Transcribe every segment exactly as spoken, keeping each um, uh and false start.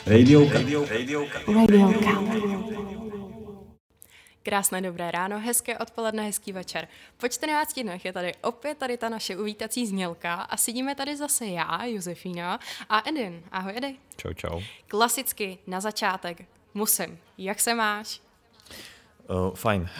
Radiolka. Radiolka. Radiolka. Krásné dobré ráno, hezké odpoledne, hezký večer. Po čtrnácti dnech je tady opět tady ta naše uvítací znělka a sedíme tady zase já, Josefína a Edin. Ahoj Edy. Čau, čau. Klasicky na začátek musím. Jak se máš? Uh, fajn.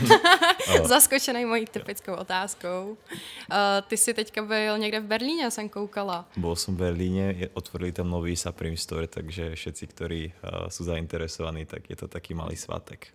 Zaskočený mojí typickou otázkou. Uh, ty jsi teďka byl někde v Berlíně, jsem koukala. Bol som v Berlíne, otvorili tam nový Supreme Store, takže všetci, ktorí uh, sú zainteresovaní, tak je to taký malý svátek.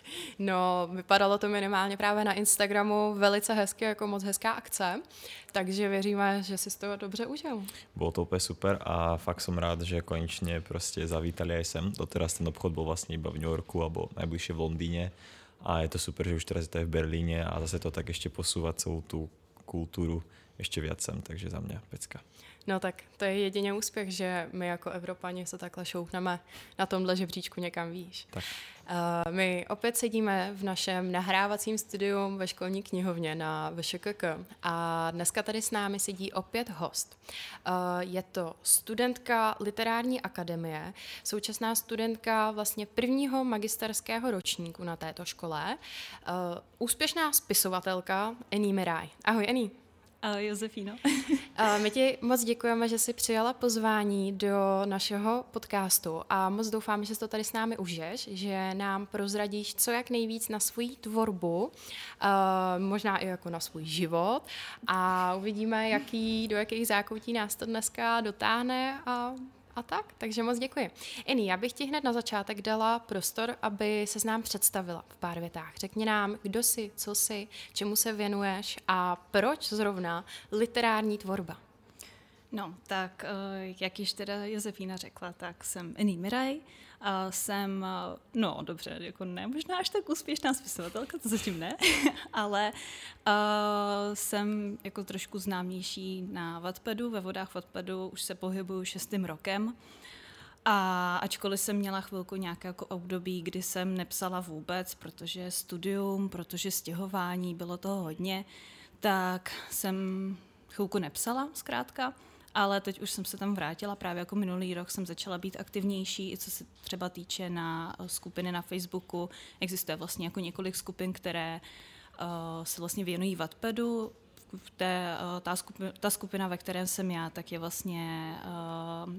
No, vypadalo to minimálně právě na Instagramu velice hezky, jako moc hezká akce, takže věříme, že si z toho dobře užil. Bolo to úplne super a fakt som rád, že konečne proste zavítali aj sem. Doteraz ten obchod bol vlastne iba v New Yorku alebo najbližšie v Londýne a je to super, že už teraz je to aj v Berlíne a zase to tak ešte posúva celú tú kultúru ešte viac sem, takže za mňa pecka. No tak to je jedině úspěch, že my jako Evropani se takhle šoupneme na tomhle žebříčku někam výš. Tak. Uh, my opět sedíme v našem nahrávacím studiu ve školní knihovně na V Š K K a dneska tady s námi sedí opět host. Uh, je to studentka Literární akademie, současná studentka vlastně prvního magisterského ročníku na této škole, uh, úspěšná spisovatelka Ení Miraj. Ahoj Ení. Ahoj Josefíno. My ti moc děkujeme, že jsi přijala pozvání do našeho podcastu a moc doufáme, že to tady s námi užiješ, že nám prozradíš co jak nejvíc na svou tvorbu, možná i jako na svůj život a uvidíme, jaký, do jakých zákoutí nás to dneska dotáhne a A tak, takže moc děkuji. Eni, já bych ti hned na začátek dala prostor, aby se s nám představila v pár větách. Řekni nám, kdo jsi, co jsi, čemu se věnuješ a proč zrovna literární tvorba. No, tak jak již teda Josefína řekla, tak jsem Ení Miraj. A jsem, no dobře, jako ne, možná až tak úspěšná spisovatelka, to zatím ne, ale uh, jsem jako trošku známější na Wattpadu, ve vodách Wattpadu už se pohybuju šestým rokem. A ačkoliv jsem měla chvilku nějaké jako období, kdy jsem nepsala vůbec, protože studium, protože stěhování, bylo toho hodně, tak jsem chvilku nepsala zkrátka. Ale teď už jsem se tam vrátila, právě jako minulý rok jsem začala být aktivnější, i co se třeba týče na skupiny na Facebooku. Existuje vlastně jako několik skupin, které uh, se vlastně věnují Wattpadu. Té, uh, ta, skupina, ta skupina, ve které jsem já, tak je vlastně... Uh,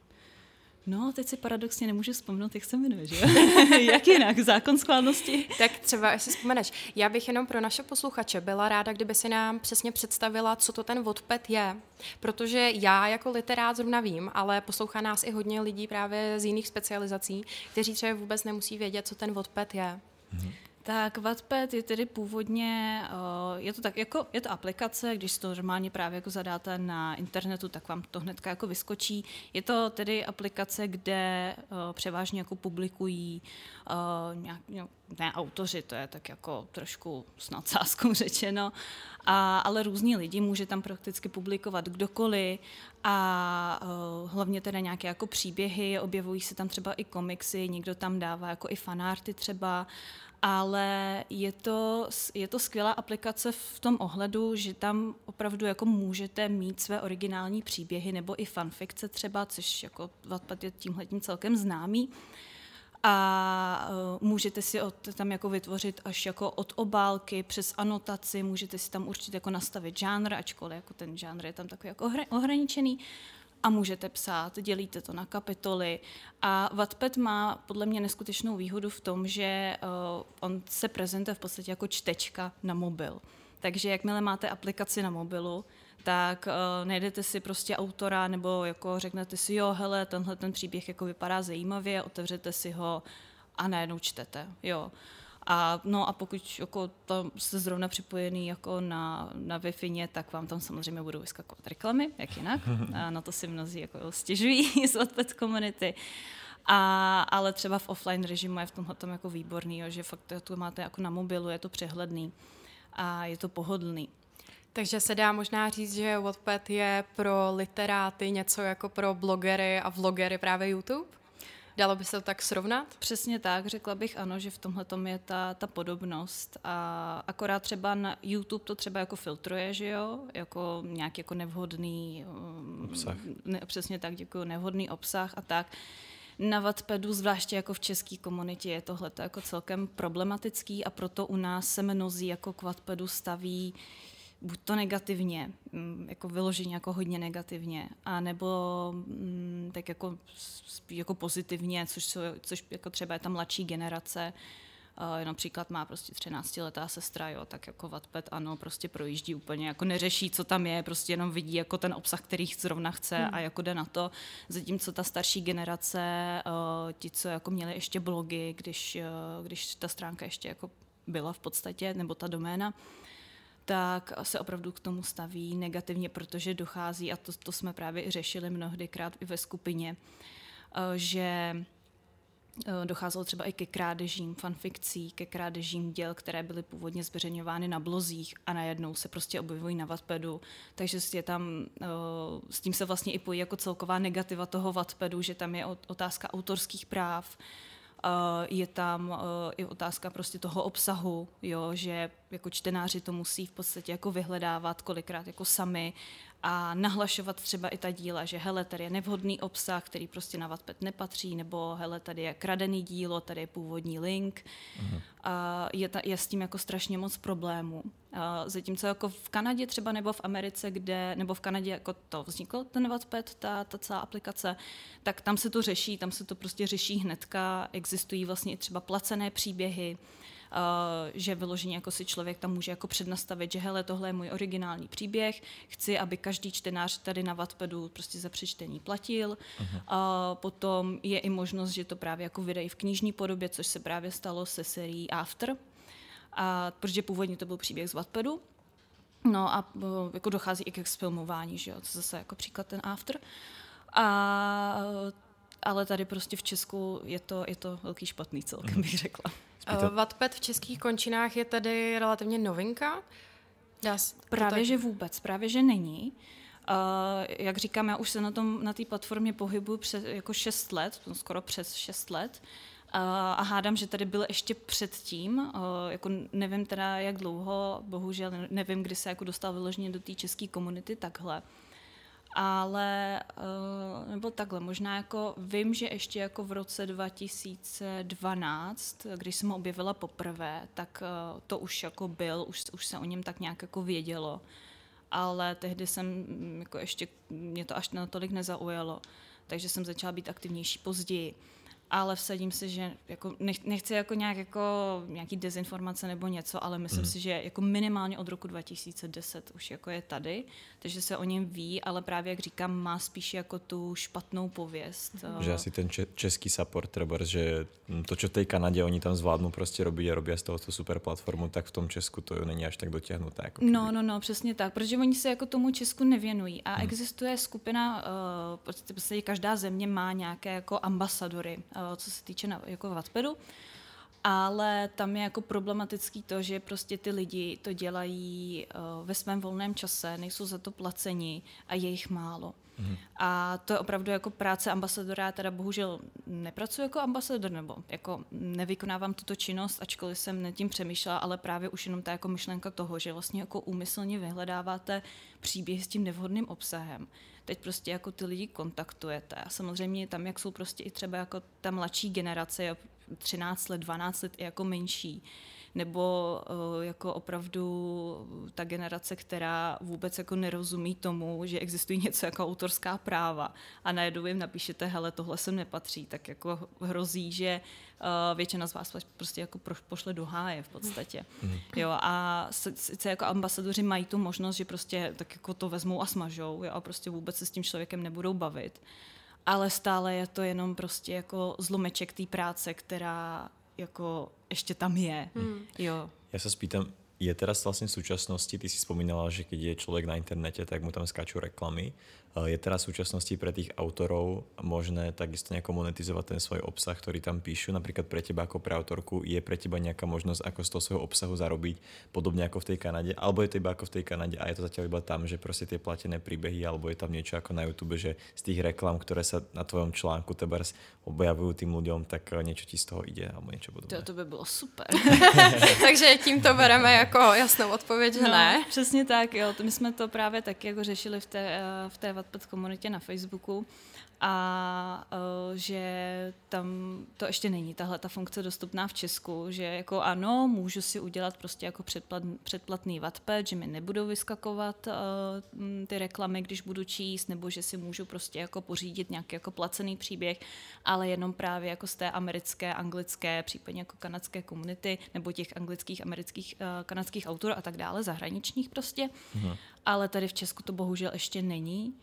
No, teď si paradoxně nemůžu vzpomenout, jak se jmenuje, že jo? Jak jinak? Zákon schválnosti? Tak třeba, jestli vzpomeneš. Já bych jenom pro naše posluchače byla ráda, kdyby si nám přesně představila, co to ten Wattpad je. Protože já jako literát zrovna vím, ale poslouchá nás i hodně lidí právě z jiných specializací, kteří třeba vůbec nemusí vědět, co ten Wattpad je. Mhm. Tak Wattpad je tedy původně, je to tak jako, je to aplikace, když to normálně právě jako zadáte na internetu, tak vám to hnedka jako vyskočí. Je to tedy aplikace, kde převážně jako publikují nějak, ne autoři, to je tak jako trošku s nadsázkou řečeno, a, ale různí lidi, může tam prakticky publikovat kdokoliv a uh, hlavně teda nějaké jako příběhy, objevují se tam třeba i komiksy, někdo tam dává jako i fanarty třeba, ale je to, je to skvělá aplikace v tom ohledu, že tam opravdu jako můžete mít své originální příběhy nebo i fanfikce třeba, což jako Wattpad je tímhletím celkem známý. A uh, můžete si od, tam jako vytvořit až jako od obálky přes anotaci, můžete si tam určitě jako nastavit žánr, ačkoliv jako ten žánr je tam takový jako ohraničený. A můžete psát, dělíte to na kapitoly. A Wattpad má podle mě neskutečnou výhodu v tom, že uh, on se prezentuje v podstatě jako čtečka na mobil. Takže jakmile máte aplikaci na mobilu, tak uh, najdete si prostě autora nebo jako řeknete si, jo, hele, tenhle ten příběh jako vypadá zajímavě, otevřete si ho a najednou čtete, jo. A, no a pokud jako tam jste zrovna připojený jako na, na Wi-Fi, tak vám tam samozřejmě budou vyskakovat reklamy, jak jinak. A na to si mnozí jako stěžují z Wattpad komunity. A, ale třeba v offline režimu je v tomhle tom jako výborný, jo, že fakt to máte jako na mobilu, je to přehledný a je to pohodlný. Takže se dá možná říct, že Wattpad je pro literáty něco jako pro blogery a vlogery právě YouTube? Dalo by se to tak srovnat? Přesně tak, řekla bych ano, že v tomhletom je ta, ta podobnost. A akorát třeba na YouTube to třeba jako filtruje, že jo, jako nějaký jako nevhodný obsah. Ne, přesně tak, děkuju, nevhodný obsah a tak. na Wattpadu, zvláště jako v české komunitě, je tohle jako celkem problematický a proto u nás se mnozí jako k Wattpadu staví buď to negativně, jako vyloženě jako hodně negativně, anebo mm, tak jako, jako pozitivně, což, což jako třeba je ta mladší generace. Uh, například má prostě třináctiletá sestra, jo, tak jako Wattpad ano, prostě projíždí úplně, jako neřeší, co tam je, prostě jenom vidí jako ten obsah, který zrovna chce hmm. a jako jde na to. Zatímco ta starší generace, uh, ti, co jako měli ještě blogy, když, uh, když ta stránka ještě jako byla v podstatě, nebo ta doména, tak se opravdu k tomu staví negativně, protože dochází, a to, to jsme právě i řešili mnohdykrát i ve skupině, uh, že docházelo třeba i ke krádežím fanfikcí, ke krádežím děl, které byly původně zveřejňovány na blozích a najednou se prostě objevují na Wattpadu. Takže je tam, s tím se vlastně i pojí jako celková negativa toho Wattpadu, že tam je otázka autorských práv, je tam i otázka prostě toho obsahu, jo, že jako čtenáři to musí v podstatě jako vyhledávat kolikrát jako sami a nahlašovat třeba i ta díla, že hele, tady je nevhodný obsah, který prostě na Wattpad nepatří, nebo hele, tady je kradený dílo, tady je původní link. Uh-huh. A je, ta, je s tím jako strašně moc problémů. A zatímco jako v Kanadě třeba nebo v Americe, kde, nebo v Kanadě jako to vznikl ten Wattpad, ta, ta celá aplikace, tak tam se to řeší, tam se to prostě řeší hnedka, existují vlastně i třeba placené příběhy, Uh, že vyloženě jako si člověk tam může jako přednastavit, že hele, tohle je můj originální příběh, chci, aby každý čtenář tady na Wattpadu prostě za přečtení platil. Uh-huh. Uh, potom je i možnost, že to právě jako vydají v knižní podobě, což se právě stalo se sérií After, a protože původně to byl příběh z Wattpadu. No a uh, jako dochází i k filmování, že jo, to zase jako příklad ten After. A ale tady prostě v Česku je to, je to velký špatný celkem, bych řekla. Uh, Wattpad v českých končinách je tady relativně novinka? Yes, právě, tak... že vůbec, právě, že není. Uh, jak říkám, já už se na tom, na té platformě pohybuji přes jako šest let, skoro přes šest let. Uh, a hádám, že tady byl ještě předtím, uh, jako nevím teda jak dlouho, bohužel nevím, kdy se jako dostal vyloženě do té české komunity takhle. Ale, nebo takhle, možná jako vím, že ještě jako v roce dva tisíce dvanáct, když jsem ho objevila poprvé, tak to už jako byl, už, už se o něm tak nějak jako vědělo. Ale tehdy jsem, jako ještě, mě to až natolik nezaujalo, takže jsem začala být aktivnější později. Ale vsadím si, že jako nech, nechci jako nějak jako nějaký dezinformace nebo něco, ale myslím mm. si, že jako minimálně od roku dva tisíce deset už jako je tady, takže se o něm ví, ale právě jak říkám, má spíš jako tu špatnou pověst. Že asi ten český support, třeba, že to, čo v tej Kanadě oni tam zvládnou prostě robit a robí z toho super platformu, tak v tom Česku to není až tak dotiahnuté. Jako no, no, no, přesně tak, protože oni se jako tomu Česku nevěnují a mm. existuje skupina, uh, prostě každá země má nějaké jako ambasadory, co se týče na, jako Wattpadu, ale tam je jako problematický to, že prostě ty lidi to dělají uh, ve svém volném čase, nejsou za to placeni a je jich málo. Mhm. A to je opravdu jako práce ambasadora, já teda bohužel nepracuji jako ambasador, nebo jako nevykonávám tuto činnost, ačkoliv jsem nad tím přemýšlela, ale právě už jenom ta jako myšlenka toho, že vlastně jako úmyslně vyhledáváte příběh s tím nevhodným obsahem. Teď prostě jako ty lidi kontaktujete a samozřejmě tam, jak jsou prostě i třeba jako ta mladší generace, třináct let, dvanáct let i jako menší, nebo uh, jako opravdu ta generace, která vůbec jako nerozumí tomu, že existují něco jako autorská práva a najednou jim napíšete, hele, tohle sem nepatří, tak jako hrozí, že uh, většina z vás prostě jako pošle do háje v podstatě. Mm. Jo, a sice jako ambasadoři mají tu možnost, že prostě tak jako to vezmou a smažou, jo, a prostě vůbec se s tím člověkem nebudou bavit. Ale stále je to jenom prostě jako zlomeček té práce, která jako ještě tam je. Hmm. Jo. Ja sa spýtam, je teraz vlastne v súčasnosti, ty si spomínala, že keď je človek na internete, tak mu tam skáču reklamy. Je teraz v súčasnosti pre tých autorov možné takisto nejako monetizovať ten svoj obsah, ktorý tam píšu? Napríklad pre teba ako pre autorku je pre teba nejaká možnosť, ako z toho svojho obsahu zarobiť, podobne ako v tej Kanade? Alebo je to iba ako v tej Kanade a je to zatiaľ iba tam, že proste tie platené príbehy, alebo je tam niečo ako na YouTube, že z tých reklám, ktoré sa na tvojom článku tebars objavujú tým ľuďom, tak niečo ti z toho ide, alebo niečo podobné? To, to by bylo super. Takže tím to bereme jako jako jasnou odpověď, že no, ne. Přesně tak, jo. To my jsme to právě taky jako řešili v té, v té Wattpad komunitě na Facebooku. A uh, že tam to ještě není tahle ta funkce dostupná v Česku, že jako ano, můžu si udělat prostě jako předplat, předplatný Wattpad, že mi nebudou vyskakovat uh, ty reklamy, když budu číst, nebo že si můžu prostě jako pořídit nějaký jako placený příběh, ale jenom právě jako z té americké, anglické, případně jako kanadské komunity, nebo těch anglických, amerických, uh, kanadských autorů a tak dále, zahraničních prostě. Mhm. Ale tady v Česku to bohužel ještě není.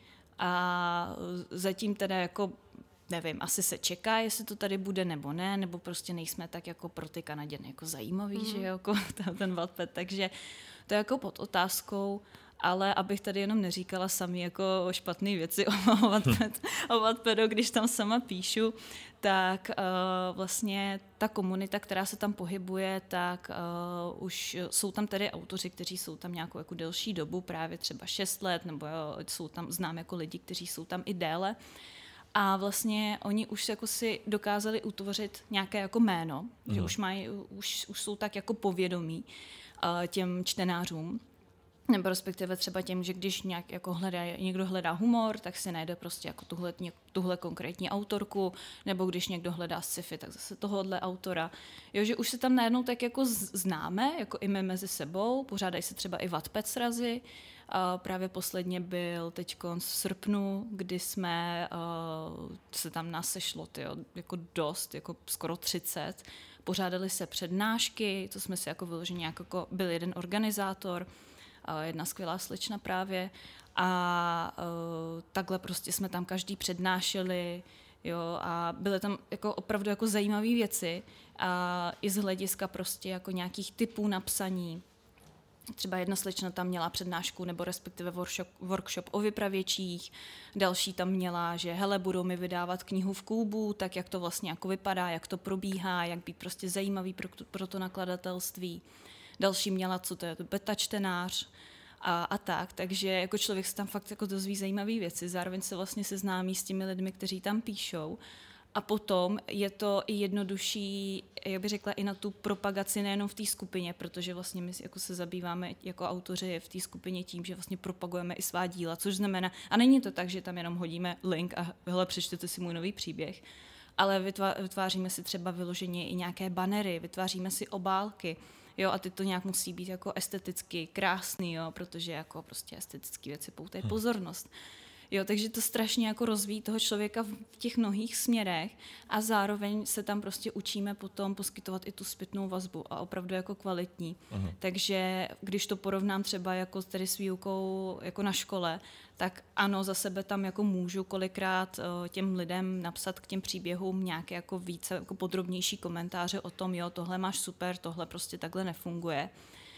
A zatím teda jako, nevím, asi se čeká, jestli to tady bude nebo ne, nebo prostě nejsme tak jako pro ty Kanaděny jako zajímavý, mm. že jo, jako ten Wattpad, takže to je jako pod otázkou, ale abych tady jenom neříkala sami jako špatné věci o Wattpad, o Wattpadu, když tam sama píšu, tak uh, vlastně ta komunita, která se tam pohybuje, tak uh, už jsou tam tedy autoři, kteří jsou tam nějakou jako delší dobu, právě třeba šest let, nebo jo, jsou tam, znám jako lidi, kteří jsou tam i déle. A vlastně oni už jako si dokázali utvořit nějaké jako jméno, mm. že už, mají, už, už jsou tak jako povědomí uh, těm čtenářům. Nebo respektive třeba tím, že když nějak jako hledá, někdo hledá humor, tak si najde prostě jako tuhle, tuhle konkrétní autorku, nebo když někdo hledá sci-fi, tak zase tohohle autora. Jo, že už se tam najednou tak jako známe, jako i my mezi sebou, pořádají se třeba i Wattpad srazy. A právě posledně byl teďko v srpnu, kdy jsme, uh, se tam nás sešlo tyjo, jako dost, jako skoro třicet. Pořádali se přednášky, to jsme si jako vyloženě jako byl jeden organizátor, jedna skvělá slečna právě a uh, takhle prostě jsme tam každý přednášeli, jo, a byly tam jako opravdu jako zajímavé věci a i z hlediska prostě jako nějakých typů napsaní. Třeba jedna slečna tam měla přednášku nebo respektive workshop, workshop o vypravěčích, další tam měla, že hele, budou mi vydávat knihu v Kůbu, tak jak to vlastně jako vypadá, jak to probíhá, jak být prostě zajímavý pro to, pro to nakladatelství. Další měla, co to je, to beta čtenář a, a tak, takže jako člověk se tam fakt jako dozví zajímavé věci, zároveň se vlastně seznámí s těmi lidmi, kteří tam píšou a potom je to i jednodušší, jak bych řekla, i na tu propagaci nejenom v té skupině, protože vlastně my jako se zabýváme jako autoři v té skupině tím, že vlastně propagujeme i svá díla, což znamená, a není to tak, že tam jenom hodíme link a hele, přečtěte si můj nový příběh, ale vytváříme si třeba vyloženě i nějaké banery, vytváříme si obálky. Jo, a ty to nějak musí být jako esteticky krásný, jo, protože jako prostě estetické věci poutají pozornost. Jo, takže to strašně jako rozvíjí toho člověka v těch mnohých směrech a zároveň se tam prostě učíme potom poskytovat i tu zpětnou vazbu a opravdu jako kvalitní. Aha. Takže když to porovnám třeba jako tedy s výukou jako na škole, tak ano, za sebe tam jako můžu kolikrát těm lidem napsat k těm příběhům nějaké jako více jako podrobnější komentáře o tom, jo, tohle máš super, tohle prostě takhle nefunguje.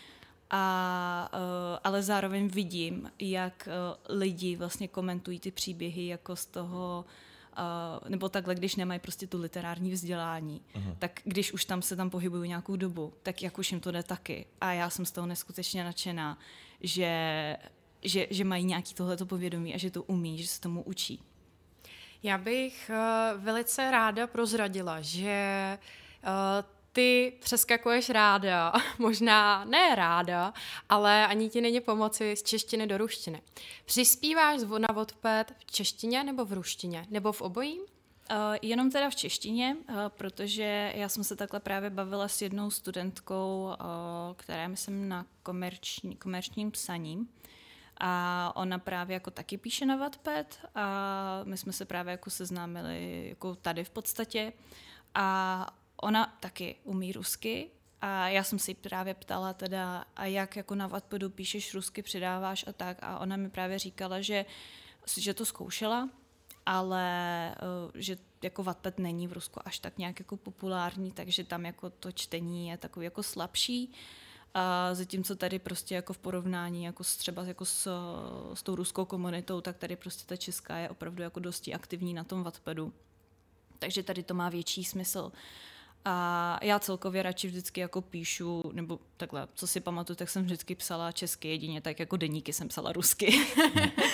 A, uh, ale zároveň vidím, jak uh, lidi vlastně komentují ty příběhy jako z toho, uh, nebo takhle, když nemají prostě tu literární vzdělání, aha, tak když už tam se tam pohybují nějakou dobu, tak jak už jim to jde taky. A já jsem z toho neskutečně nadšená, že, že, že mají nějaký tohleto povědomí a že to umí, že se tomu učí. Já bych uh, velice ráda prozradila, že uh, ty přeskakuješ ráda, možná ne ráda, ale ani ti není pomoci z češtiny do ruštiny. Přispíváš na Wattpad v češtině nebo v ruštině? Nebo v obojím? Uh, jenom teda v češtině, uh, protože já jsem se takhle právě bavila s jednou studentkou, uh, která myslím na komerční, komerčním psaním. A ona právě jako taky píše na Wattpad a my jsme se právě jako seznámili jako tady v podstatě. A ona taky umí rusky a já jsem si ji právě ptala teda, a jak jako na Wattpadu píšeš rusky, přidáváš a tak. A ona mi právě říkala, že, že to zkoušela, ale že jako Wattpad není v Rusku až tak nějak jako populární, takže tam jako to čtení je takový jako slabší. A zatímco tady prostě jako v porovnání jako s, třeba jako s, s tou ruskou komunitou, tak tady prostě ta česká je opravdu jako dosti aktivní na tom Wattpadu. Takže tady to má větší smysl. A já celkově radši vždycky jako píšu, nebo takhle, co si pamatuju, tak jsem vždycky psala česky jedině, tak jako deníky jsem psala rusky.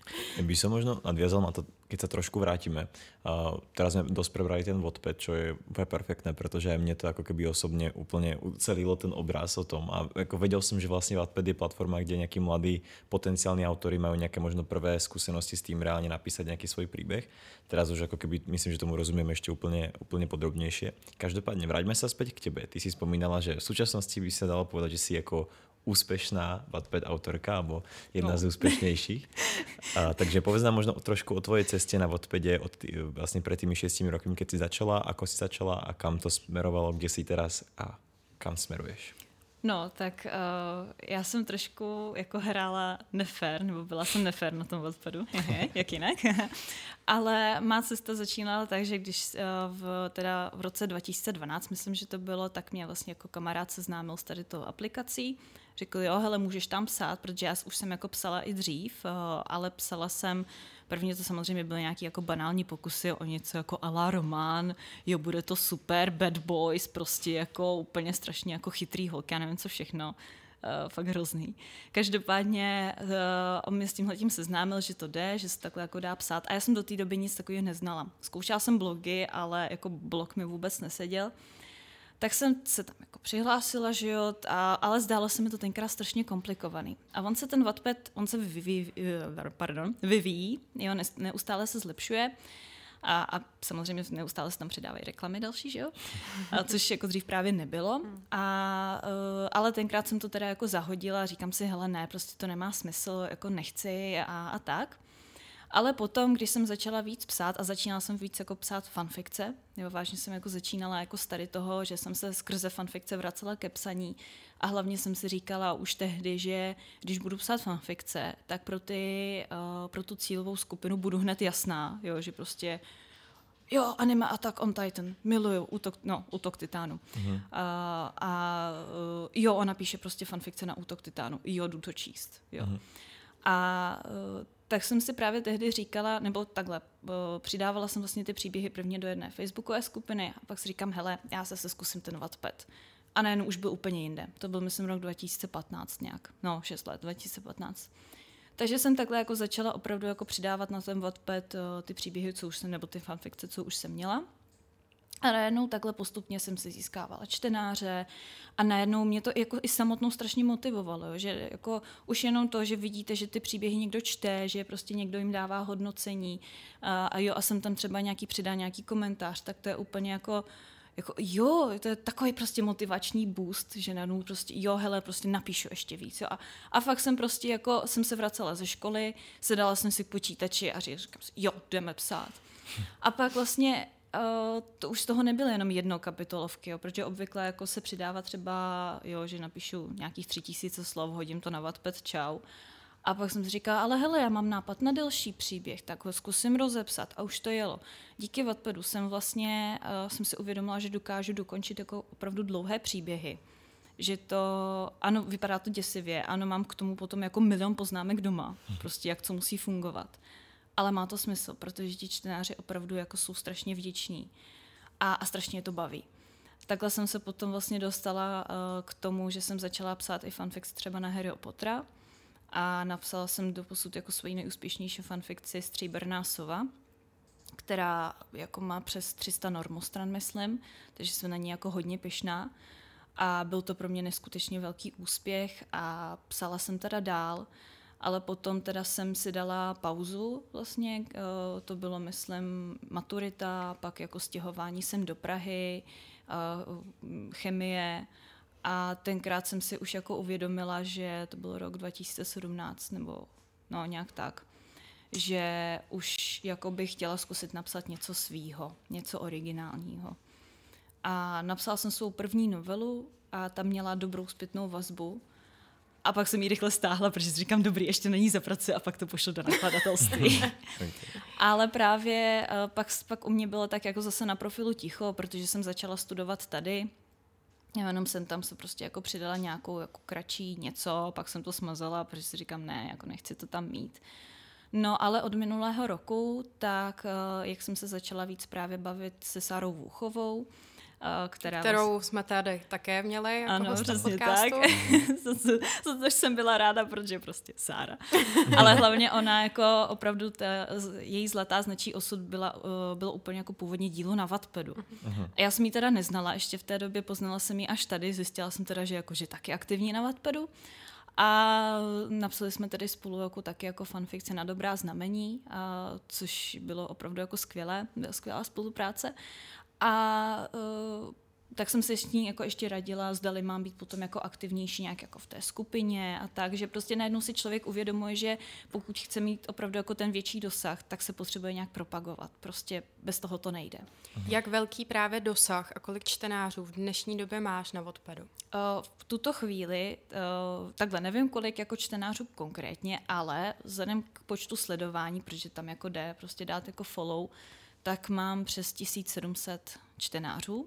Ja by som možno nadviazal na to, keď sa trošku vrátime. Uh, teraz sme dosť prebrali ten Wattpad, čo je úplne perfektné, pretože aj mne to ako keby osobne úplne ucelilo ten obraz o tom. A ako vedel som, že vlastne Wattpad je platforma, kde nejakí mladí potenciálni autori majú nejaké možno prvé skúsenosti s tým reálne napísať nejaký svoj príbeh. Teraz už ako keby, myslím, že tomu rozumieme ešte úplne, úplne podrobnejšie. Každopádne, vráťme sa späť k tebe. Ty si spomínala, že v súčasnosti by sa dalo povedať, že si ako úspešná Wattpad autorka, alebo jedna no. z úspešnejších. A, takže povedz nám možno trošku o tvojej ceste na Wattpade od, vlastne pred tými šiestimi rokmi, keď si začala, ako si začala a kam to smerovalo, kde si teraz a kam smeruješ? No, tak uh, já jsem trošku jako hrála nefér, nebo byla jsem nefér na tom Wattpadu, jak jinak. Ale má cesta začínala tak, že když uh, v, teda v roce dva tisíce dvanáct, myslím, že to bylo, tak mě vlastně jako kamarád seznámil s tady tou aplikací. Řekl, jo, hele, můžeš tam psát, protože já už jsem jako psala i dřív, uh, ale psala jsem, prvně to samozřejmě byly nějaký jako banální pokusy o něco jako a la román, jo, bude to super, bad boys, prostě jako úplně strašně jako chytrý holky, já nevím co všechno. Uh, fakt hrozný. Každopádně uh, on mě s tímhletím seznámil, že to jde, že se takhle jako dá psát a já jsem do té doby nic takového neznala. Zkoušela jsem blogy, ale jako blog mi vůbec neseděl. Tak jsem se tam jako přihlásila, že jo, a, ale zdálo se mi to tenkrát strašně komplikovaný. A on se ten Wattpad, on se vyvíjí, pardon, vyvíjí, jo, neustále se zlepšuje. A, a samozřejmě neustále se tam přidávají reklamy další, že jo? A což jako dřív právě nebylo. A, uh, ale tenkrát jsem to teda jako zahodila, říkám si, hele ne, prostě to nemá smysl, jako nechci a, a tak. Ale potom, když jsem začala víc psát a začínala jsem víc jako psát fanfikce, jo, vážně jsem jako začínala jako z tady toho, že jsem se skrze fanfikce vracela ke psaní a hlavně jsem si říkala už tehdy, že když budu psát fanfikce, tak pro, ty, uh, pro tu cílovou skupinu budu hned jasná, jo, že prostě jo, anime Attack on Titan, miluju, útok, no, útok titánu. Mm-hmm. Uh, a uh, jo, ona píše prostě fanfikce na útok titánu, jo, jdu to číst, jo. Mm-hmm. A uh, tak jsem si právě tehdy říkala, nebo takhle, přidávala jsem vlastně ty příběhy prvně do jedné facebookové skupiny a pak si říkám, hele, já se zkusím ten Wattpad. A najednou už byl úplně jinde. To byl, myslím, rok dva tisíce patnáct nějak. No, šest let, dva tisíce patnáct. Takže jsem takhle jako začala opravdu jako přidávat na ten Wattpad ty příběhy, co už jsem, nebo ty fanfikce, co už jsem měla. A najednou takhle postupně jsem si získávala čtenáře a najednou mě to jako i samotnou strašně motivovalo, že jako už jenom to, že vidíte, že ty příběhy někdo čte, že prostě někdo jim dává hodnocení a, a jo, a jsem tam třeba nějaký přidá nějaký komentář, tak to je úplně jako, jako jo, to je takový prostě motivační boost, že najednou prostě jo, hele, prostě napíšu ještě víc, jo. A, a fakt jsem prostě jako, jsem se vracela ze školy, sedala jsem si k počítači a říkám si, jo, jdeme psát. A pak vlastně Uh, to už z toho nebylo jenom jedno kapitolovky, jo, protože obvykle jako se přidává třeba, jo, že napíšu nějakých tři tisíce slov, hodím to na Wattpad, čau. A pak jsem si říkala, ale hele, já mám nápad na delší příběh, tak ho zkusím rozepsat a už to jelo. Díky Wattpadu jsem vlastně, uh, jsem si uvědomila, že dokážu dokončit jako opravdu dlouhé příběhy. Že to, ano, vypadá to děsivě, ano, mám k tomu potom jako milion poznámek doma, prostě jak to musí fungovat. Ale má to smysl, protože ti čtenáři opravdu jako jsou strašně vděční a, a strašně je to baví. Takhle jsem se potom vlastně dostala uh, k tomu, že jsem začala psát i fanfics třeba na Harryho Pottera a napsala jsem doposud jako svoji nejúspěšnější fanfikci Stříbrná sova, která jako má přes tři sta normostran, myslím, takže jsem na ní jako hodně pyšná a byl to pro mě neskutečně velký úspěch a psala jsem teda dál. Ale potom teda jsem si dala pauzu vlastně, to bylo, myslím, maturita, pak jako stěhování sem do Prahy, chemie a tenkrát jsem si už jako uvědomila, že to byl rok dva tisíce sedmnáct nebo no nějak tak, že už jako bych chtěla zkusit napsat něco svýho, něco originálního. A napsala jsem svou první novelu a ta měla dobrou zpětnou vazbu. A pak jsem ji rychle stáhla, protože si říkám, dobrý, ještě není za práci a pak to pošlo do nakladatelství. Okay. Ale právě pak, pak u mě bylo tak jako zase na profilu ticho, protože jsem začala studovat tady. Já jenom jsem tam se prostě jako přidala nějakou jako kratší něco, pak jsem to smazala, protože si říkám, ne, jako nechci to tam mít. No ale od minulého roku, tak jak jsem se začala víc právě bavit se Sárou Vůchovou, která kterou vlastně... jsme tady také měli jako ano, hosta přesně podcastu. Tak. Za to jsem byla ráda, protože prostě Sára. Ale hlavně ona jako opravdu ta, její zlatá značí osud byla, bylo úplně jako původně dílo na Wattpadu. Uh-huh. A já jsem ji teda neznala, ještě v té době poznala jsem ji až tady, zjistila jsem teda, že jako, že taky aktivní na Wattpadu. A napsali jsme tedy spolu jako taky jako fanfikce Na dobrá znamení, a, což bylo opravdu jako skvělé, byla skvělá spolupráce. A uh, tak jsem se s ní jako ještě radila, zdali mám být potom jako aktivnější nějak jako v té skupině a tak, že prostě najednou si člověk uvědomuje, že pokud chce mít opravdu jako ten větší dosah, tak se potřebuje nějak propagovat. Prostě bez toho to nejde. Jak velký právě dosah a kolik čtenářů v dnešní době máš na Wattpadu? Uh, v tuto chvíli, uh, takhle nevím, kolik jako čtenářů konkrétně, ale vzhledem k počtu sledování, protože tam jako jde prostě dát jako follow, tak mám přes tisíc sedm set čtenářů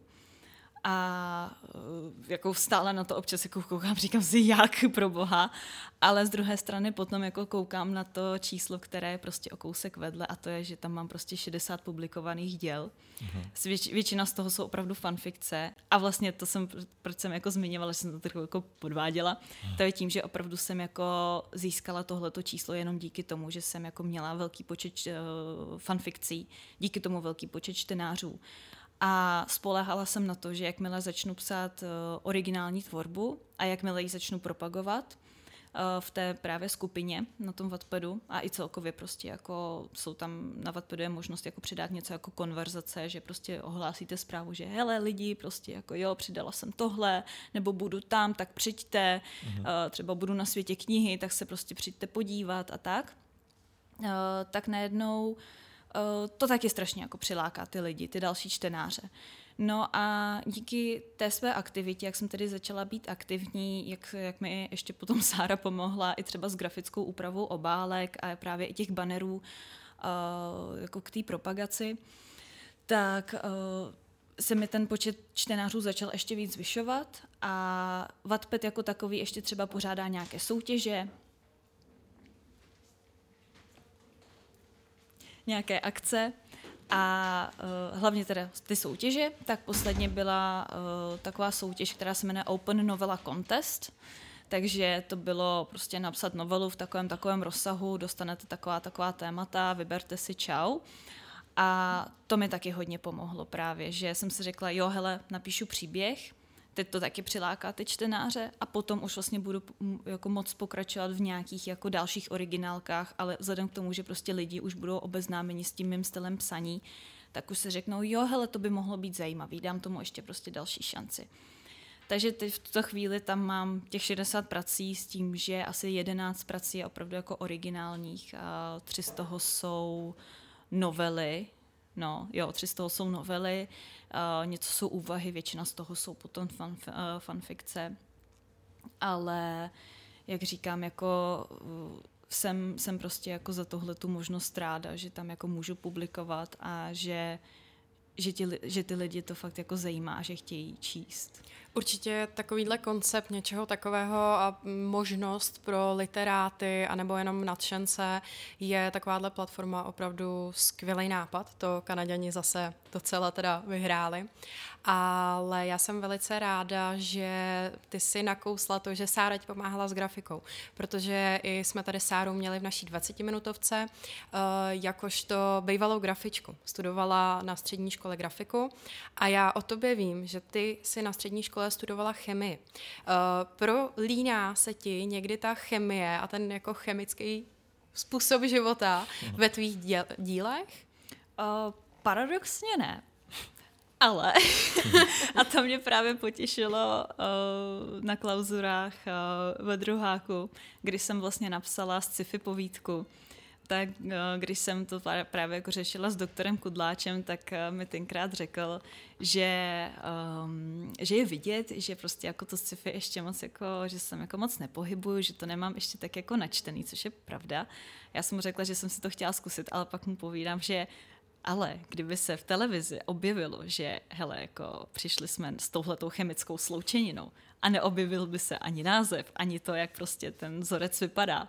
a jako stále na to občas jako koukám, říkám si, jak pro boha, ale z druhé strany potom jako koukám na to číslo, které je prostě o kousek vedle a to je, že tam mám prostě šedesát publikovaných děl. Mhm. Věč, většina z toho jsou opravdu fanfikce a vlastně to jsem, proč jsem jako zmiňovala, že jsem to trochu jako podváděla, mhm. to je tím, že opravdu jsem jako získala tohleto číslo jenom díky tomu, že jsem jako měla velký počet uh, fanfikcí, díky tomu velký počet čtenářů. A spoléhala jsem na to, že jakmile začnu psát uh, originální tvorbu a jakmile ji začnu propagovat uh, v té právě skupině na tom Wattpadu a i celkově prostě jako jsou tam na Wattpadu je možnost jako přidat něco jako konverzace, že prostě ohlásíte zprávu, že hele lidi, prostě jako jo, přidala jsem tohle, nebo budu tam, tak přijďte, mhm. uh, třeba budu na Světě knihy, tak se prostě přijďte podívat a tak. Uh, tak najednou Uh, to taky strašně jako přiláká ty lidi, ty další čtenáře. No a díky té své aktivitě, jak jsem tedy začala být aktivní, jak, jak mi ještě potom Sára pomohla i třeba s grafickou úpravou obálek a právě i těch bannerů uh, jako k té propagaci, tak uh, se mi ten počet čtenářů začal ještě víc zvyšovat a Wattpad jako takový ještě třeba pořádá nějaké soutěže, nějaké akce a uh, hlavně teda ty soutěže, tak posledně byla uh, taková soutěž, která se jmenuje Open Novela Contest, takže to bylo prostě napsat novelu v takovém takovém rozsahu, dostanete taková taková témata, vyberte si čau. A to mi taky hodně pomohlo právě, že jsem si řekla, jo hele, napíšu příběh, teď to taky přiláká ty čtenáře a potom už vlastně budu jako moc pokračovat v nějakých jako dalších originálkách, ale vzhledem k tomu, že prostě lidi už budou obeznámeni s tím mým stylem psaní, tak už se řeknou, jo, hele, to by mohlo být zajímavý, dám tomu ještě prostě další šanci. Takže teď v tuto chvíli tam mám těch šedesát prací s tím, že asi jedenáct prací je opravdu jako originálních a tři z toho jsou novely. No, jo, tři z toho jsou novely, uh, něco jsou úvahy, většina z toho jsou potom fan, uh, fanfikce, ale jak říkám, jako uh, jsem, jsem prostě jako za tohle tu možnost ráda, že tam jako můžu publikovat a že, že, ti, že ty lidi to fakt jako zajímá, že chtějí číst. Určitě takovýhle koncept něčeho takového a možnost pro literáty anebo jenom nadšence je takováhle platforma opravdu skvělý nápad. To Kanaďani zase docela teda vyhráli. Ale já jsem velice ráda, že ty si nakousla to, že Sára ti pomáhala s grafikou, protože i jsme tady Sáru měli v naší dvacetiminutovce uh, jakožto bývalou grafičku. Studovala na střední škole grafiku a já o tobě vím, že ty si na střední škole studovala chemii. Uh, prolíná se ti někdy ta chemie a ten jako chemický způsob života uh-huh. ve tvých díl- dílech? Uh, paradoxně ne. Ale, a to mě právě potěšilo uh, na klauzurách uh, ve druháku, když jsem vlastně napsala sci-fi povídku, tak uh, když jsem to právě jako řešila s doktorem Kudláčem, tak uh, mi tenkrát řekl, že, um, že je vidět, že prostě jako to sci-fi ještě moc jako, že jsem jako moc nepohybuju, že to nemám ještě tak jako načtený, což je pravda. Já jsem mu řekla, že jsem si to chtěla zkusit, ale pak mu povídám, že ale kdyby se v televizi objevilo, že hele, jako přišli jsme s touhletou chemickou sloučeninou a neobjevil by se ani název, ani to, jak prostě ten vzorec vypadá,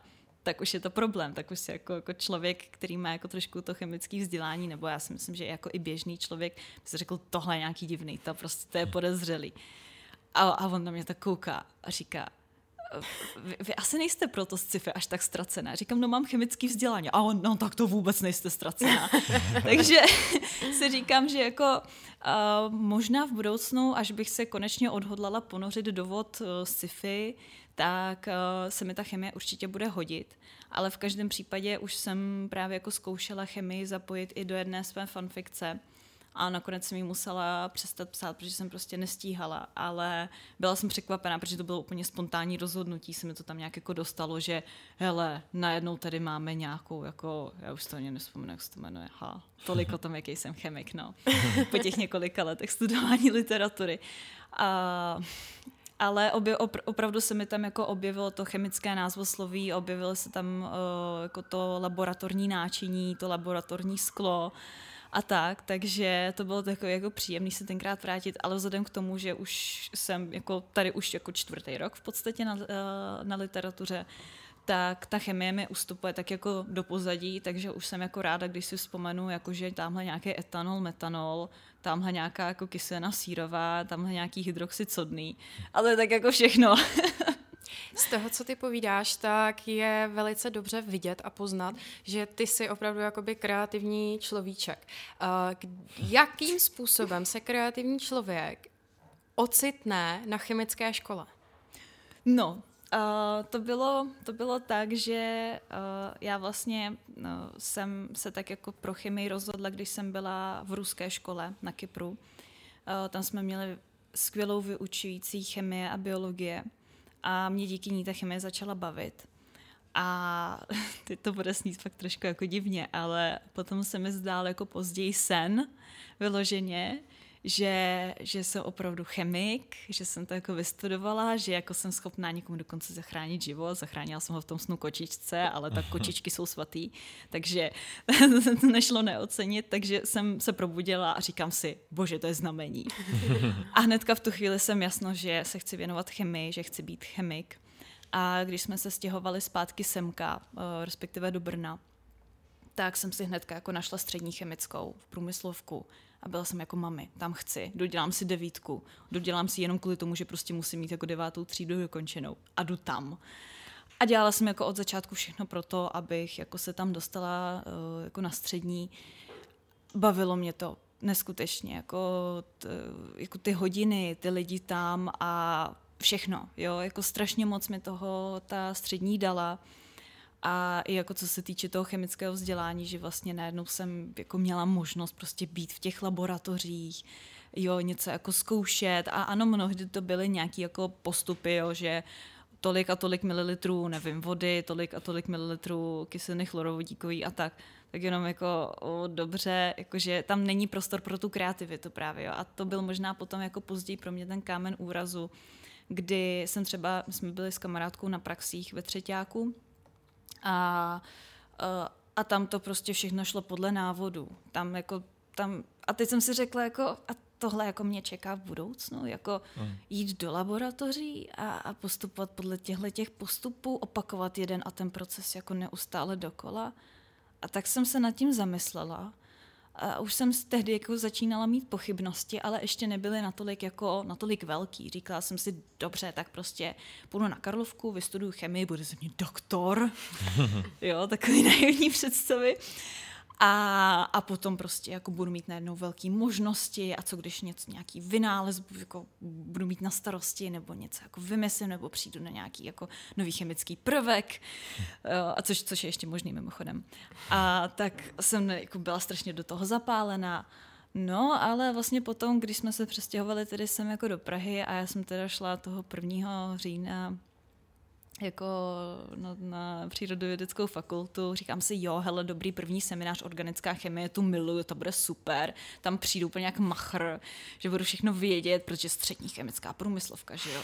tak už je to problém, tak už si jako, jako člověk, který má jako trošku to chemické vzdělání, nebo já si myslím, že jako i běžný člověk by si řekl, tohle je nějaký divný, to prostě to je podezřelý. A, a on na mě tak kouká a říká, vy, vy asi nejste proto sci-fi až tak ztracená. Říkám, no mám chemické vzdělání. A on, no tak to vůbec nejste ztracená. Takže si říkám, že jako uh, možná v budoucnu, až bych se konečně odhodlala ponořit do vod uh, sci-fi, tak uh, se mi ta chemie určitě bude hodit. Ale v každém případě už jsem právě jako zkoušela chemii zapojit i do jedné své fanfikce. A nakonec jsem ji musela přestat psát, protože jsem prostě nestíhala, ale byla jsem překvapená, protože to bylo úplně spontánní rozhodnutí, se mi to tam nějak jako dostalo, že hele, najednou tady máme nějakou, jako, já už to ani nespomenu, jak se to jmenuje, ha, tolik o tom, jaký jsem chemik, no, po těch několika letech studování literatury. A... Ale obje, opr- opravdu se mi tam jako objevilo to chemické názvosloví, objevilo se tam uh, jako to laboratorní náčiní, to laboratorní sklo, a tak, takže to bylo takové jako příjemný se tenkrát vrátit, ale vzhledem k tomu, že už jsem jako tady už jako čtvrtý rok v podstatě na, na literatuře, tak ta chemie mi ustupuje tak jako do pozadí, takže už jsem jako ráda, když si vzpomenu, jako že tamhle nějaký etanol, metanol, tamhle nějaká jako kyselina sírová, tamhle nějaký hydroxid sodný, ale tak jako všechno. Z toho, co ty povídáš, tak je velice dobře vidět a poznat, že ty jsi opravdu jakoby kreativní človíček. Jakým způsobem se kreativní člověk ocitne na chemické škole? No, uh, to, bylo, to bylo tak, že uh, já vlastně uh, jsem se tak jako pro chemii rozhodla, když jsem byla v ruské škole na Kypru. Uh, tam jsme měli skvělou vyučující chemie a biologie. A mě díky ní ta chemie začala bavit. A teď to bude snít fakt trošku jako divně, ale potom se mi zdál jako později sen vyloženě, že, že jsem opravdu chemik, že jsem to jako vystudovala, že jako jsem schopná někomu dokonce zachránit život. Zachránila jsem ho v tom snu kočičce, ale tak kočičky jsou svatý, takže to nešlo neocenit, takže jsem se probudila a říkám si, bože, to je znamení. A hnedka v tu chvíli jsem jasno, že se chci věnovat chemii, že chci být chemik. A když jsme se stěhovali zpátky semka, respektive do Brna, tak jsem si hnedka jako našla střední chemickou v průmyslovku a byla jsem jako mami, tam chci, dodělám si devítku, dodělám si jenom kvůli tomu, že prostě musím mít jako devátou třídu dokončenou a jdu tam. A dělala jsem jako od začátku všechno pro to, abych jako se tam dostala uh, jako na střední. Bavilo mě to neskutečně, jako, t, jako ty hodiny, ty lidi tam a všechno, jo, jako strašně moc mi toho ta střední dala. A i jako co se týče toho chemického vzdělání, že vlastně najednou jsem jako měla možnost prostě být v těch laboratořích, jo, něco jako zkoušet a ano, mnohdy to byly nějaký jako postupy, jo, že tolik a tolik mililitrů, nevím, vody, tolik a tolik mililitrů kyseliny chlorovodíkový a tak. Tak jenom jako o, dobře, jakože tam není prostor pro tu kreativitu právě, jo. A to byl možná potom jako později pro mě ten kámen úrazu, kdy jsem třeba, my jsme byli s kamarádkou na praxích ve třeťáku, A, a tam to prostě všechno šlo podle návodu. Tam jako, tam, a teď jsem si řekla, jako, a tohle jako mě čeká v budoucnu, jako mm. jít do laboratoří a, a postupovat podle těchto těch postupů, opakovat jeden a ten proces jako neustále dokola. A tak jsem se nad tím zamyslela. A už jsem tehdy jako začínala mít pochybnosti, ale ještě nebyly natolik, jako, natolik velký. Říkala jsem si, dobře, tak prostě půjdu na Karlovku, vystuduju chemii, bude ze mě doktor. Jo, takový naivní představy. A, a potom prostě jako budu mít najednou velké možnosti a co když něco, nějaký vynález jako budu mít na starosti nebo něco jako vymyslím nebo přijdu na nějaký jako nový chemický prvek a což, což je ještě možný mimochodem. A tak jsem jako byla strašně do toho zapálená. No, ale vlastně potom, když jsme se přestěhovali tedy sem jako do Prahy a já jsem teda šla toho prvního října jako na, na přírodovědeckou fakultu, říkám si, jo, hele, dobrý první seminář organická chemie, tu miluju, to bude super, tam přijdu úplně jak machr, že budu všechno vědět, protože střední chemická průmyslovka, že jo.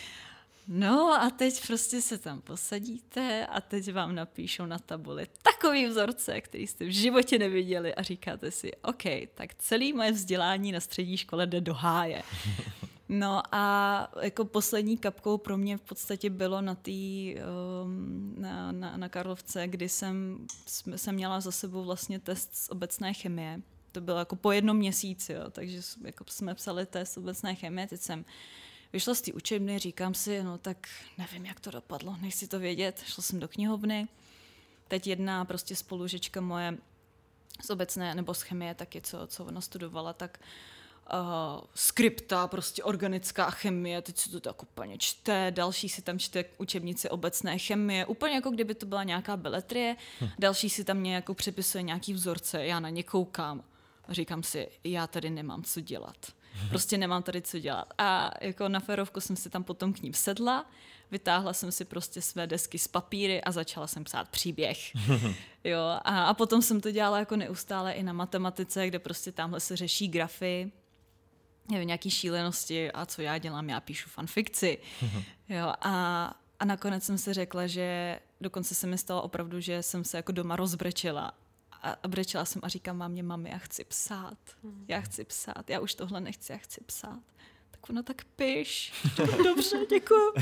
No a teď prostě se tam posadíte a teď vám napíšou na tabuli takový vzorce, který jste v životě neviděli a říkáte si, OK, tak celý moje vzdělání na střední škole jde do háje. No a jako poslední kapkou pro mě v podstatě bylo na tý, um, na, na, na Karlovce, kdy jsem, jsem měla za sebou vlastně test z obecné chemie. To bylo jako po jednom měsíci, jo, takže jako jsme psali test z obecné chemie, teď jsem vyšla z té učebny, říkám si, no tak nevím, jak to dopadlo, nechci to vědět, šla jsem do knihovny, teď jedna prostě spolužečka moje z obecné nebo z chemie taky, co, co ona studovala, tak Uh, skripta, prostě organická chemie, teď se to tak úplně čte, další si tam čte učebnici obecné chemie, úplně jako kdyby to byla nějaká beletrie, hm. další si tam nějakou přepisuje nějaký vzorce, já na ně koukám a říkám si, já tady nemám co dělat. Prostě nemám tady co dělat. A jako na férovku jsem si tam potom k ním sedla, vytáhla jsem si prostě své desky z papíry a začala jsem psát příběh. Jo, a, a potom jsem to dělala jako neustále i na matematice, kde prostě tamhle se řeší grafy, nevím, nějaký šílenosti a co já dělám, já píšu fanfikci. Jo, a, a nakonec jsem si řekla, že dokonce se mi stalo opravdu, že jsem se jako doma rozbrečela a, a brečela jsem a říkám mámě, mami, já chci psát, já chci psát, já už tohle nechci, já chci psát. Tak ona, tak piš. Dobře, děkuju.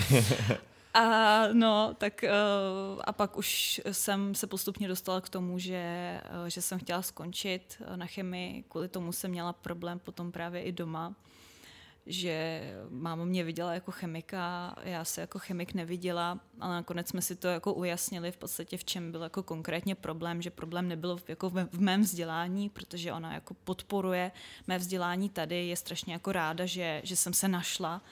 A no, tak uh, a pak už jsem se postupně dostala k tomu, že, uh, že jsem chtěla skončit na chemii, kvůli tomu jsem měla problém potom právě i doma, že máma mě viděla jako chemika, já se jako chemik neviděla, ale nakonec jsme si to jako ujasnili v podstatě, v čem byl jako konkrétně problém, že problém nebyl v, jako v, v mém vzdělání, protože ona jako podporuje mé vzdělání tady, je strašně jako ráda, že, že jsem se našla.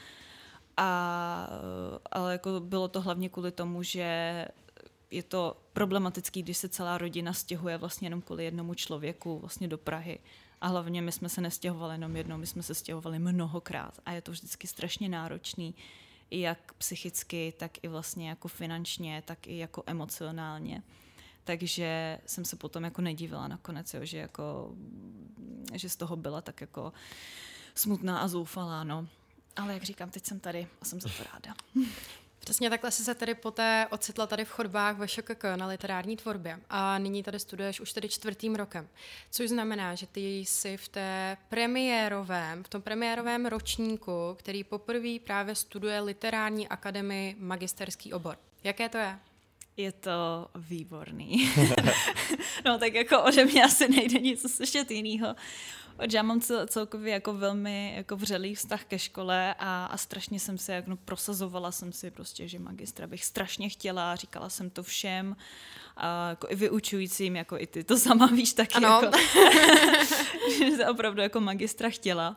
A, ale jako bylo to hlavně kvůli tomu, že je to problematický, když se celá rodina stěhuje vlastně jenom kvůli jednomu člověku vlastně do Prahy. A hlavně my jsme se nestěhovali jenom jednou, my jsme se stěhovali mnohokrát. A je to vždycky strašně náročný, i jak psychicky, tak i vlastně jako finančně, tak i jako emocionálně. Takže jsem se potom jako nedivila nakonec, jo, že, jako, že z toho byla tak jako smutná a zoufalá, no. Ale jak říkám, teď jsem tady a jsem za to ráda. Přesně takhle jsi se tedy poté ocitla tady v chodbách ve ŠKK na literární tvorbě a nyní tady studuješ už tedy čtvrtým rokem, což znamená, že ty jsi v té premiérovém, v tom premiérovém ročníku, který poprvé právě studuje literární akademii magisterský obor. Jaké to je? Je to výborný. No tak jako ode mě asi nejde nic ještě jinýho. Já mám celkově jako velmi jako vřelý vztah ke škole a, a strašně jsem se, jako, no, prosazovala jsem si prostě, že magistra bych strašně chtěla, říkala jsem to všem, a jako i vyučujícím, jako i ty to sama víš taky, ano. Jako, že jsem opravdu jako magistra chtěla.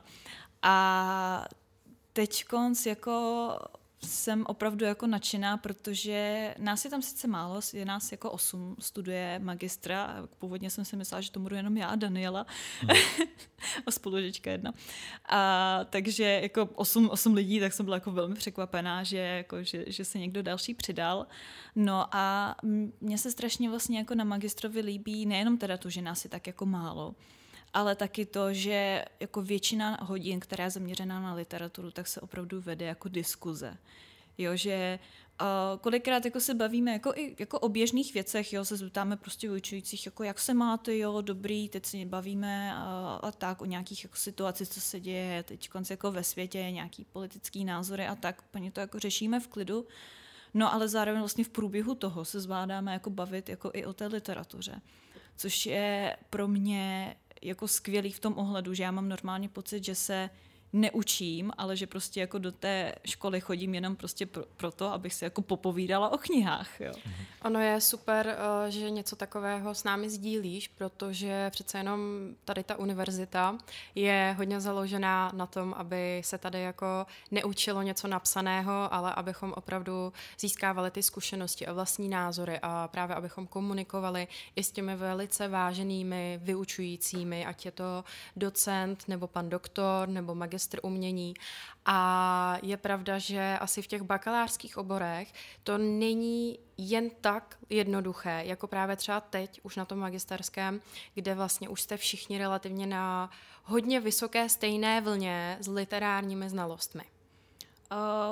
A teďkonc jako jsem opravdu jako nadšená, protože nás je tam sice málo, je nás jako osm, studuje magistra, původně jsem si myslela, že to budu jenom já a Daniela hmm. a spolužečka jedna. A takže jako osm, osm lidí, tak jsem byla jako velmi překvapená, že, jako, že, že se někdo další přidal. No a mně se strašně vlastně jako na magistrovi líbí nejenom teda to, že nás je tak jako málo, ale taky to, že jako většina hodin, která je zaměřená na literaturu, tak se opravdu vede jako diskuze. Jo, že uh, kolikrát jako se bavíme jako i jako o běžných věcech, jo, se zeptáme prostě vyučujících, jako jak se máte, jo, dobrý, teď se bavíme a, a tak o nějakých jako situacích, co se děje teď konce jako ve světě, nějaký politický názory a tak, úplně to jako řešíme v klidu. No ale zároveň vlastně v průběhu toho se zvládáme jako bavit jako i o té literatuře, což je pro mě jako skvělý v tom ohledu, že já mám normálně pocit, že se neučím, ale že prostě jako do té školy chodím jenom prostě pro, proto, abych se jako popovídala o knihách. Jo. Ono je super, že něco takového s námi sdílíš, protože přece jenom tady ta univerzita je hodně založená na tom, aby se tady jako neučilo něco napsaného, ale abychom opravdu získávali ty zkušenosti a vlastní názory a právě abychom komunikovali i s těmi velice váženými vyučujícími, ať je to docent nebo pan doktor nebo magistr umění. A je pravda, že asi v těch bakalářských oborech to není jen tak jednoduché, jako právě třeba teď, už na tom magisterském, kde vlastně už jste všichni relativně na hodně vysoké stejné vlně s literárními znalostmi. Uh,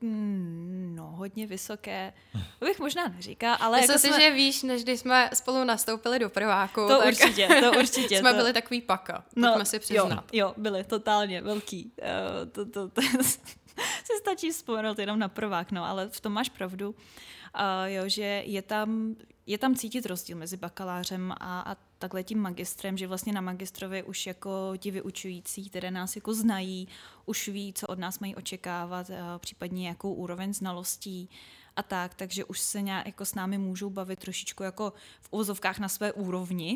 No, hodně vysoké. To bych možná neříkala, ale Myslím jako si, jsme... že víš, než když jsme spolu nastoupili do prváku. To tak určitě, to určitě. jsme to... byli takový paka, no, pojďme si přiznat. Jo, jo, byli totálně velký. Uh, to, to, to, si stačí vzpomenout jenom na prvák, no, ale v tom máš pravdu. Uh, jo, že je tam, je tam cítit rozdíl mezi bakalářem a, a takhle tím magistrem, že vlastně na magistrovi už jako ti vyučující, které nás jako znají, už ví, co od nás mají očekávat, uh, případně jakou úroveň znalostí a tak, takže už se nějak jako s námi můžou bavit trošičku jako v uvozovkách na své úrovni,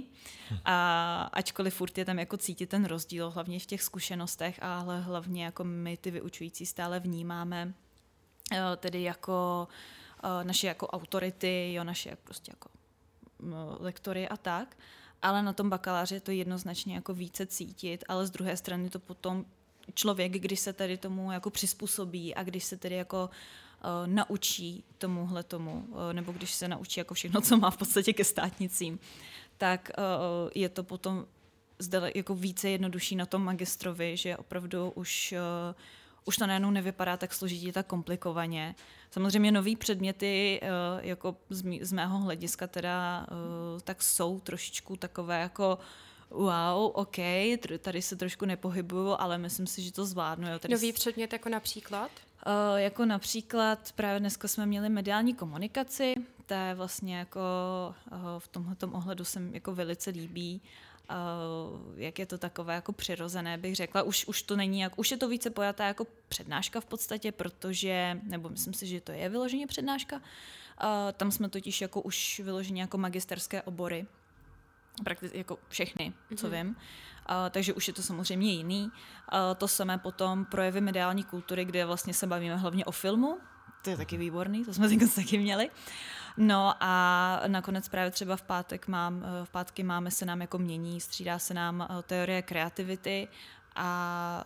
a ačkoliv furt je tam jako cítit ten rozdíl, hlavně v těch zkušenostech, ale hlavně jako my ty vyučující stále vnímáme uh, tedy jako uh, naše jako autority, jo, naše prostě jako uh, lektory a tak, ale na tom bakaláři je to jednoznačně jako více cítit, ale z druhé strany to potom člověk, když se tady tomu jako přizpůsobí a když se tedy jako uh, naučí tomuhle tomu, uh, nebo když se naučí jako všechno, co má v podstatě ke státnicím, tak uh, je to potom zde jako více jednodušší na tom magistrovi, že opravdu už, uh, už to najednou nevypadá tak složitě, tak komplikovaně. Samozřejmě nový předměty, uh, jako z, mý, z mého hlediska teda, uh, tak jsou trošičku takové jako wow, OK, tady se trošku nepohybuju, ale myslím si, že to zvládnu. Jo. Tady Nový předmět jako například? Uh, jako například právě dneska jsme měli mediální komunikaci, to je vlastně jako uh, v tomhletom ohledu se mi jako velice líbí, uh, jak je to takové jako přirozené, bych řekla. Už, už to není, jak, už je to více pojatá jako přednáška v podstatě, protože, nebo myslím si, že to je vyloženě přednáška, uh, tam jsme totiž jako už vyloženě jako magisterské obory, prakticky jako všechny, co mm-hmm. vím. Uh, takže už je to samozřejmě jiný. Uh, to samé potom projevy mediální kultury, kde vlastně se bavíme hlavně o filmu. To je taky výborný, to jsme teď taky měli. No a nakonec právě třeba v pátek mám, v pátky máme se nám jako mění, střídá se nám teorie kreativity a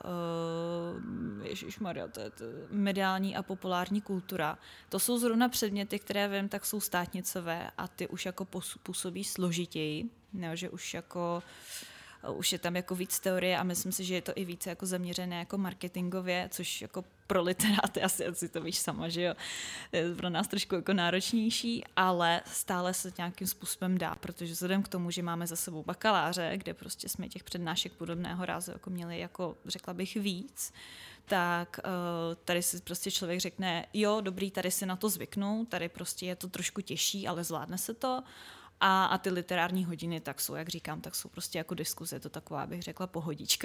uh, ježišmarja, to je to, mediální a populární kultura. To jsou zrovna předměty, které vím, tak jsou státnicové a ty už jako působí složitěji, ne, že už jako už je tam jako víc teorie a myslím si, že je to i více jako zaměřené jako marketingově, což jako pro literáty asi, asi to víš sama, že jo, je pro nás trošku jako náročnější, ale stále se nějakým způsobem dá, protože vzhledem k tomu, že máme za sebou bakaláře, kde prostě jsme těch přednášek podobného rázu jako měli jako, řekla bych, víc, tak uh, tady si prostě člověk řekne, jo, dobrý, tady si na to zvyknu, tady prostě je to trošku těžší, ale zvládne se to. A, a ty literární hodiny, tak jsou, jak říkám, tak jsou prostě jako diskuze, je to taková, bych řekla, pohodička.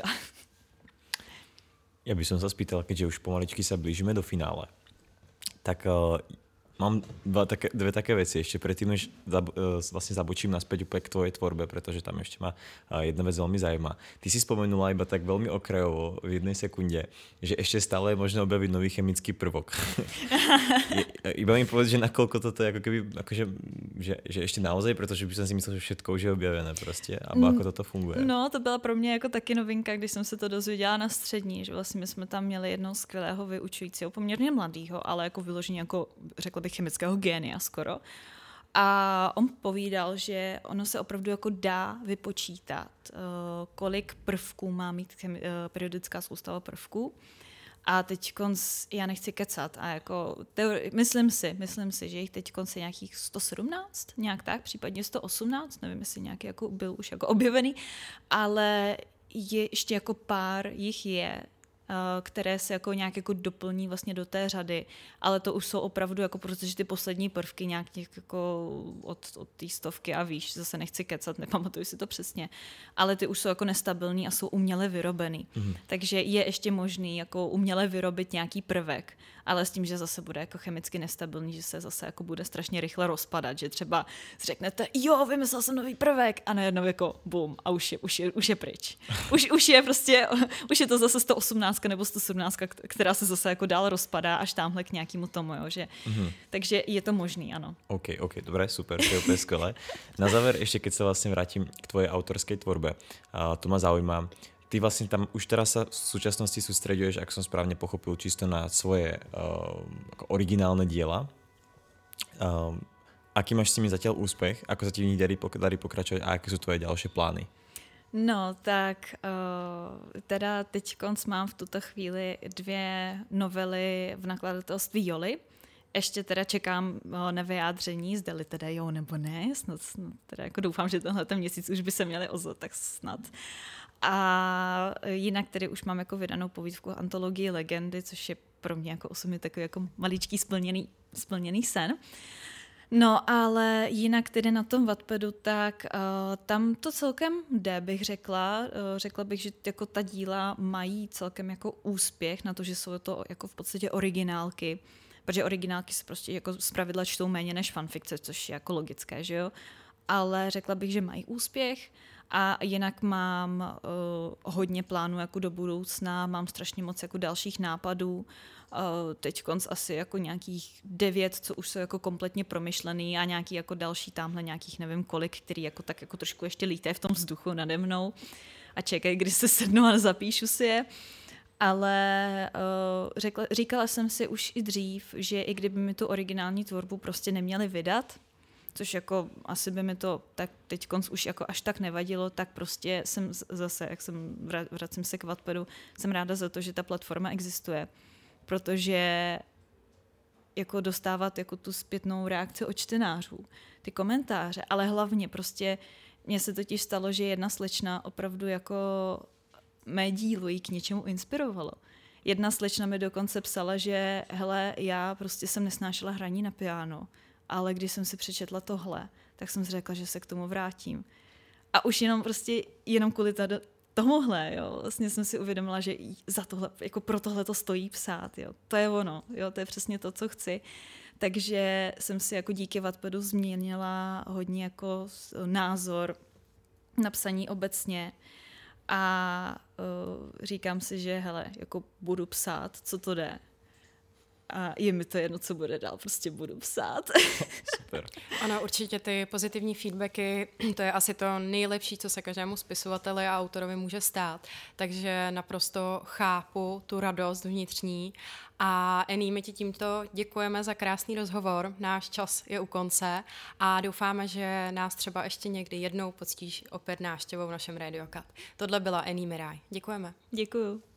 Ja by som sa spýtal, keďže už pomaličky sa blížime do finále, tak uh, mám dva také, dve také veci ešte predtým, než zab, uh, vlastne zabočím naspäť úplne k tvojej tvorbe, pretože tam ešte ma uh, jedna vec veľmi zaujíma. Ty si spomenula iba tak veľmi okrajovo v jednej sekunde, že ešte stále je možné objaviť nový chemický prvok. je, iba mi povedz, že nakoľko toto je ako keby, akože, že, že ešte naozaj, pretože by som si myslel, že všetko už je objavené proste, alebo ako toto funguje. No, to byla pro mě jako taky novinka, když jsem se to dozvěděla na střední, že vlastně my jsme tam měli jednoho skvělého vyučujícího, poměrně mladýho, ale jako vyloženě jako, řekla bych, chemického génia skoro. A on povídal, že ono se opravdu jako dá vypočítat, kolik prvků má mít chemi- periodická soustava prvků. A teď konc, já nechci kecat, a jako teori- myslím si, myslím si, že jich teď konc je nějakých sto sedmnáct, nějak tak, případně sto osmnáct, nevím, jestli nějaký jako byl už jako objevený, ale je ještě jako pár jich je, které se jako nějak jako doplní vlastně do té řady, ale to už jsou opravdu jako, protože ty poslední prvky nějak jako od, od té stovky a víš, zase nechci kecat, nepamatuju si to přesně, ale ty už jsou jako nestabilní a jsou uměle vyrobený. Mm-hmm. Takže je ještě možný jako uměle vyrobit nějaký prvek, ale s tím, že zase bude jako chemicky nestabilní, že se zase jako bude strašně rychle rozpadat, že třeba řeknete, jo, vymyslel jsem nový prvek a najednou jako bum a už je, už je, už je pryč. Už, už je prostě, už je to zase sto osmnáct nebo sto sedmnáct, která se zase jako dál rozpadá až tamhle k nějakému tomu, jo, že? Mm-hmm. Takže je to možný, ano. OK, OK, dobré, super, to je úplne skvelé. Na záver ešte, keď sa vlastne vrátim k tvojej autorskej tvorbe, a to ma zaujíma, ty vlastne tam už teraz sa v súčasnosti sústreďuješ, ak som správne pochopil, čisto na svoje uh, originálne diela. Uh, aký máš s nimi zatiaľ úspech? Ako sa ti v nich darí, darí pokračovať a aké sú tvoje ďalšie plány? No, tak uh, teda teď mám v tuto chvíli dvě novely v nakladatelství Joli. Ještě teda čekám uh, na vyjádření, zdali teda jo nebo ne. Snad, snad teda jako doufám, že tenhle ten měsíc už by se měli ozvat, tak snad. A jinak tedy už mám jako vydanou povídku antologii Legendy, což je pro mě jako osobně takový jako maličký splněný, splněný sen. No, ale jinak tedy na tom Wattpadu, tak uh, tam to celkem jde, bych řekla. Uh, řekla bych, že jako ta díla mají celkem jako úspěch na to, že jsou to jako v podstatě originálky, protože originálky se prostě jako zpravidla čtou méně než fanfikce, což je jako logické, že jo? Ale řekla bych, že mají úspěch a jinak mám uh, hodně plánů jako do budoucna, mám strašně moc jako dalších nápadů. Uh, teď konc asi jako nějakých devět, co už jsou jako kompletně promyšlený a nějaký jako další tamhle nějakých nevím kolik, který jako tak jako trošku ještě lítají v tom vzduchu nade mnou a čekají, kdy se sednu a zapíšu si je. Ale uh, řekla, říkala jsem si už i dřív, že i kdyby mi tu originální tvorbu prostě neměli vydat, což jako asi by mi to tak teď konc už jako až tak nevadilo, tak prostě jsem zase, jak jsem vracím se k Wattpadu, jsem ráda za to, že ta platforma existuje, protože jako dostávat jako tu zpětnou reakci od čtenářů, ty komentáře, ale hlavně prostě mně se totiž stalo, že jedna slečna opravdu jako mé dílo jí k něčemu inspirovalo. Jedna slečna mi dokonce psala, že hele, já prostě jsem nesnášela hraní na piano, ale když jsem si přečetla tohle, tak jsem si řekla, že se k tomu vrátím. A už jenom prostě, jenom kvůli tady tomuhle, jo, vlastně jsem si uvědomila, že za tohle, jako pro tohle to stojí psát, jo. To je ono, jo, to je přesně to, co chci. Takže jsem si jako díky Wattpadu změnila hodně jako názor na psaní obecně a uh, říkám si, že hele, jako budu psát, co to jde. A je mi to jedno, co bude dál, prostě budu psát. Super. Ano, určitě ty pozitivní feedbacky, to je asi to nejlepší, co se každému spisovateli a autorovi může stát. Takže naprosto chápu tu radost vnitřní. A Ení, my ti tímto děkujeme za krásný rozhovor. Náš čas je u konce a doufáme, že nás třeba ještě někdy jednou poctíš opět návštěvou v našem Radio Cut. Tohle byla Ení Miraj. Děkujeme. Děkuju.